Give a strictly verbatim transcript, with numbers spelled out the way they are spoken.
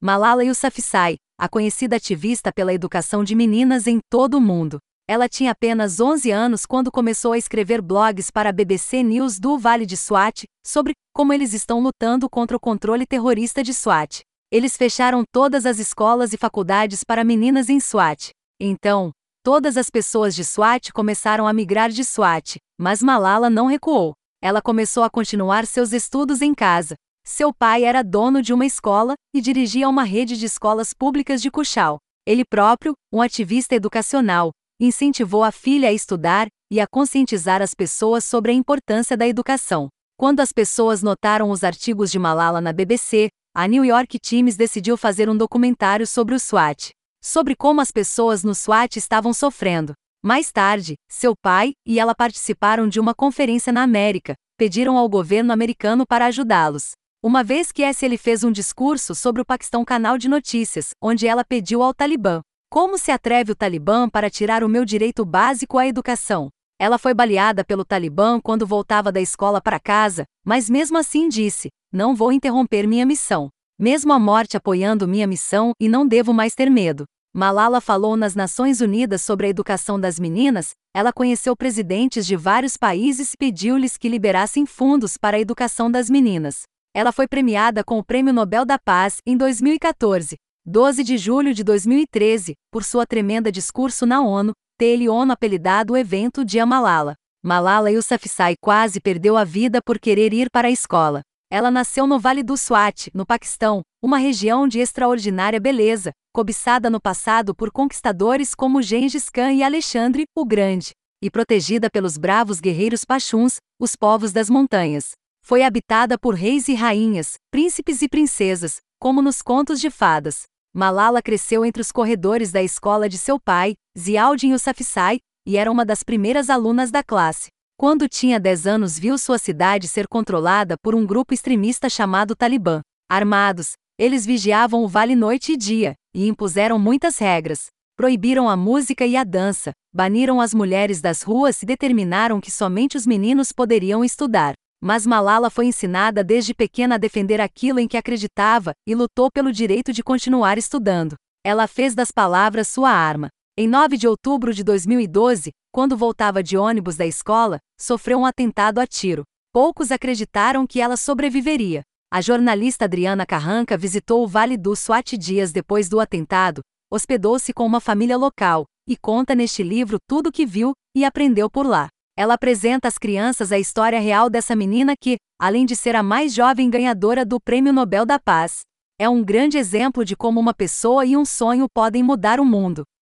Malala Yousafzai, a conhecida ativista pela educação de meninas em todo o mundo. Ela tinha apenas onze anos quando começou a escrever blogs para a B B C News do Vale de Swat, sobre como eles estão lutando contra o controle terrorista de Swat. Eles fecharam todas as escolas e faculdades para meninas em Swat. Então, todas as pessoas de Swat começaram a migrar de Swat, mas Malala não recuou. Ela começou a continuar seus estudos em casa. Seu pai era dono de uma escola e dirigia uma rede de escolas públicas de Kuchal. Ele próprio, um ativista educacional, incentivou a filha a estudar e a conscientizar as pessoas sobre a importância da educação. Quando as pessoas notaram os artigos de Malala na B B C, a New York Times decidiu fazer um documentário sobre o Swat, sobre como as pessoas no Swat estavam sofrendo. Mais tarde, seu pai e ela participaram de uma conferência na América, pediram ao governo americano para ajudá-los. Uma vez que S L fez um discurso sobre o Paquistão Canal de Notícias, onde ela pediu ao Talibã: como se atreve o Talibã para tirar o meu direito básico à educação? Ela foi baleada pelo Talibã quando voltava da escola para casa, mas mesmo assim disse: não vou interromper minha missão. Mesmo a morte apoiando minha missão e não devo mais ter medo. Malala falou nas Nações Unidas sobre a educação das meninas. Ela conheceu presidentes de vários países e pediu-lhes que liberassem fundos para a educação das meninas. Ela foi premiada com o Prêmio Nobel da Paz em dois mil e quatorze, doze de julho de dois mil e treze, por sua tremenda discurso na ONU, tendo a ONU apelidado o evento Dia Malala. Malala Yousafzai quase perdeu a vida por querer ir para a escola. Ela nasceu no Vale do Swat, no Paquistão, uma região de extraordinária beleza, cobiçada no passado por conquistadores como Gengis Khan e Alexandre o Grande, e protegida pelos bravos guerreiros Pachuns, os povos das montanhas. Foi habitada por reis e rainhas, príncipes e princesas, como nos contos de fadas. Malala cresceu entre os corredores da escola de seu pai, Ziauddin Yousafzai, e era uma das primeiras alunas da classe. Quando tinha dez anos, viu sua cidade ser controlada por um grupo extremista chamado Talibã. Armados, eles vigiavam o vale noite e dia, e impuseram muitas regras. Proibiram a música e a dança, baniram as mulheres das ruas e determinaram que somente os meninos poderiam estudar. Mas Malala foi ensinada desde pequena a defender aquilo em que acreditava e lutou pelo direito de continuar estudando. Ela fez das palavras sua arma. Em nove de outubro de dois mil e doze, quando voltava de ônibus da escola, sofreu um atentado a tiro. Poucos acreditaram que ela sobreviveria. A jornalista Adriana Carranca visitou o Vale do Swat dias depois do atentado, hospedou-se com uma família local, e conta neste livro tudo o que viu e aprendeu por lá. Ela apresenta às crianças a história real dessa menina que, além de ser a mais jovem ganhadora do Prêmio Nobel da Paz, é um grande exemplo de como uma pessoa e um sonho podem mudar o mundo.